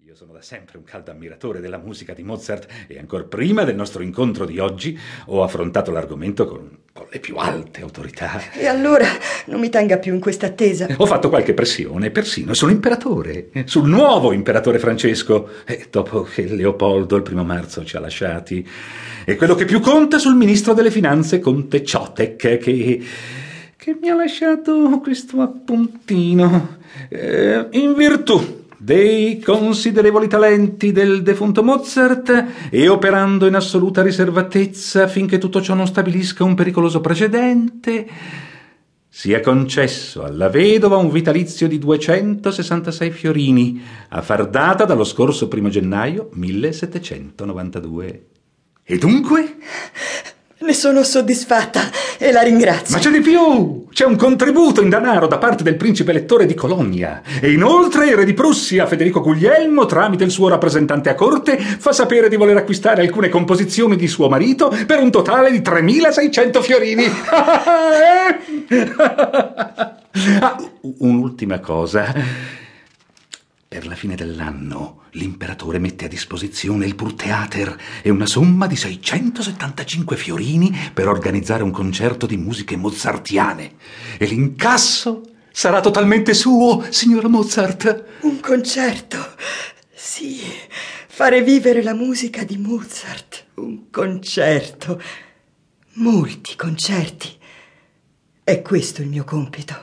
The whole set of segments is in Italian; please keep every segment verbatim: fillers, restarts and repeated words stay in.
Io sono da sempre un caldo ammiratore della musica di Mozart e ancor prima del nostro incontro di oggi ho affrontato l'argomento con, con le più alte autorità. E allora non mi tenga più in questa attesa. Ho fatto qualche pressione, persino sull'imperatore, sul nuovo imperatore Francesco, e dopo che Leopoldo il primo marzo ci ha lasciati. E quello che più conta, sul ministro delle finanze, Conte Ciotek, che, che mi ha lasciato questo appuntino. Eh, in virtù dei considerevoli talenti del defunto Mozart e operando in assoluta riservatezza finché tutto ciò non stabilisca un pericoloso precedente, sia concesso alla vedova un vitalizio di duecentosessantasei fiorini a far data dallo scorso primo gennaio millesettecentonovantadue. E dunque? Ne sono soddisfatta e la ringrazio. Ma c'è di più! C'è un contributo in denaro da parte del principe elettore di Cologna. E inoltre il re di Prussia, Federico Guglielmo, tramite il suo rappresentante a corte, fa sapere di voler acquistare alcune composizioni di suo marito per un totale di tremilaseicento fiorini. Ah, un'ultima cosa. Per la fine dell'anno l'imperatore mette a disposizione il Burgtheater e una somma di seicentosettantacinque fiorini per organizzare un concerto di musiche mozartiane. E l'incasso sarà totalmente suo, signora Mozart. Un concerto? Sì, fare vivere la musica di Mozart. Un concerto. Molti concerti. È questo il mio compito.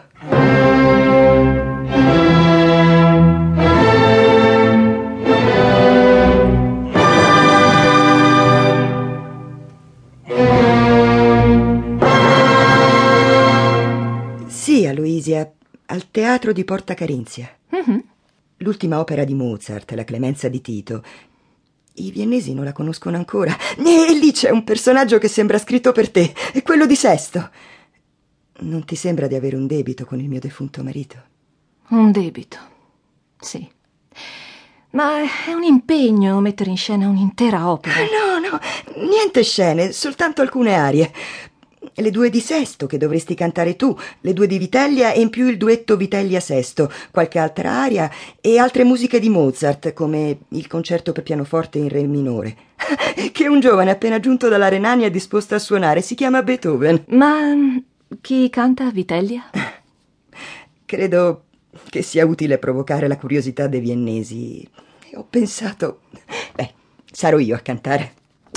Sì, Aloisia, al teatro di Porta Carinzia. Mm-hmm. L'ultima opera di Mozart, La Clemenza di Tito. I viennesi non la conoscono ancora. E lì c'è un personaggio che sembra scritto per te, è quello di Sesto. Non ti sembra di avere un debito con il mio defunto marito? Un debito, sì. Ma è un impegno mettere in scena un'intera opera. No, no, niente scene, soltanto alcune arie. Le due di Sesto che dovresti cantare tu, le due di Vitellia e in più il duetto Vitellia-Sesto, qualche altra aria e altre musiche di Mozart, come il concerto per pianoforte in re minore, che un giovane appena giunto dalla Renania è disposto a suonare, si chiama Beethoven. Ma chi canta Vitellia? Credo che sia utile provocare la curiosità dei viennesi. E ho pensato, beh, sarò io a cantare.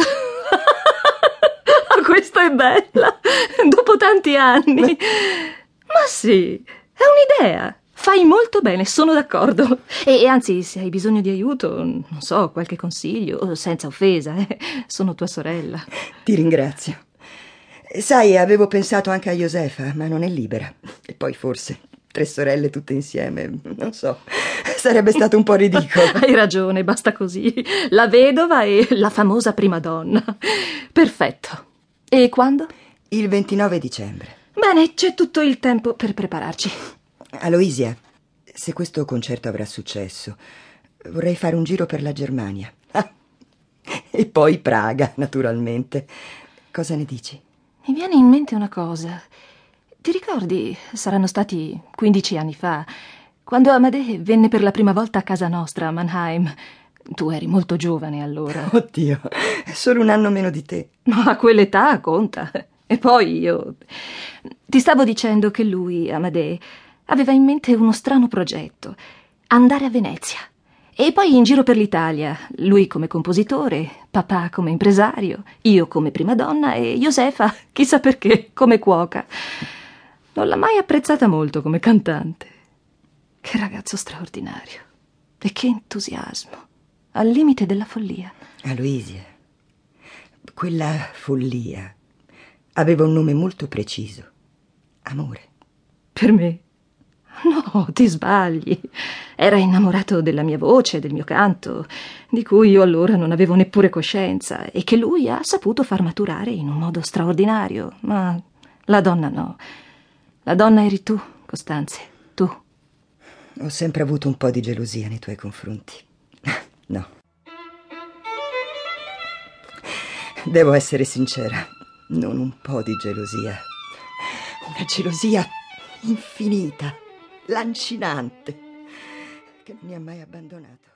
Questa è bella, dopo tanti anni. Ma sì, è un'idea. Fai molto bene, sono d'accordo. E, e anzi, se hai bisogno di aiuto, non so, qualche consiglio, senza offesa, eh, sono tua sorella. Ti ringrazio. Sai, avevo pensato anche a Josefa, ma non è libera. E poi forse tre sorelle tutte insieme, non so, sarebbe stato un po' ridicolo. Hai ragione, basta così. La vedova e la famosa prima donna. Perfetto. E quando? Il ventinove dicembre. Bene, c'è tutto il tempo per prepararci. Aloisia, se questo concerto avrà successo, vorrei fare un giro per la Germania. Ah, e poi Praga, naturalmente. Cosa ne dici? Mi viene in mente una cosa. Ti ricordi, saranno stati quindici anni fa, quando Amadè venne per la prima volta a casa nostra a Mannheim? Tu eri molto giovane allora. Oddio, è solo un anno meno di te. Ma a quell'età conta. E poi io... Ti stavo dicendo che lui, Amadè, aveva in mente uno strano progetto. Andare a Venezia. E poi in giro per l'Italia. Lui come compositore, papà come impresario, io come prima donna e Josefa, chissà perché, come cuoca. Non l'ha mai apprezzata molto come cantante. Che ragazzo straordinario. E che entusiasmo. Al limite della follia. Aloisia, quella follia aveva un nome molto preciso. Amore. Per me? No, ti sbagli. Era innamorato della mia voce, del mio canto, di cui io allora non avevo neppure coscienza e che lui ha saputo far maturare in un modo straordinario. Ma la donna no. La donna eri tu, Costanze, tu. Ho sempre avuto un po' di gelosia nei tuoi confronti. No. Devo essere sincera, non un po' di gelosia. Una gelosia infinita, lancinante, che non mi ha mai abbandonato.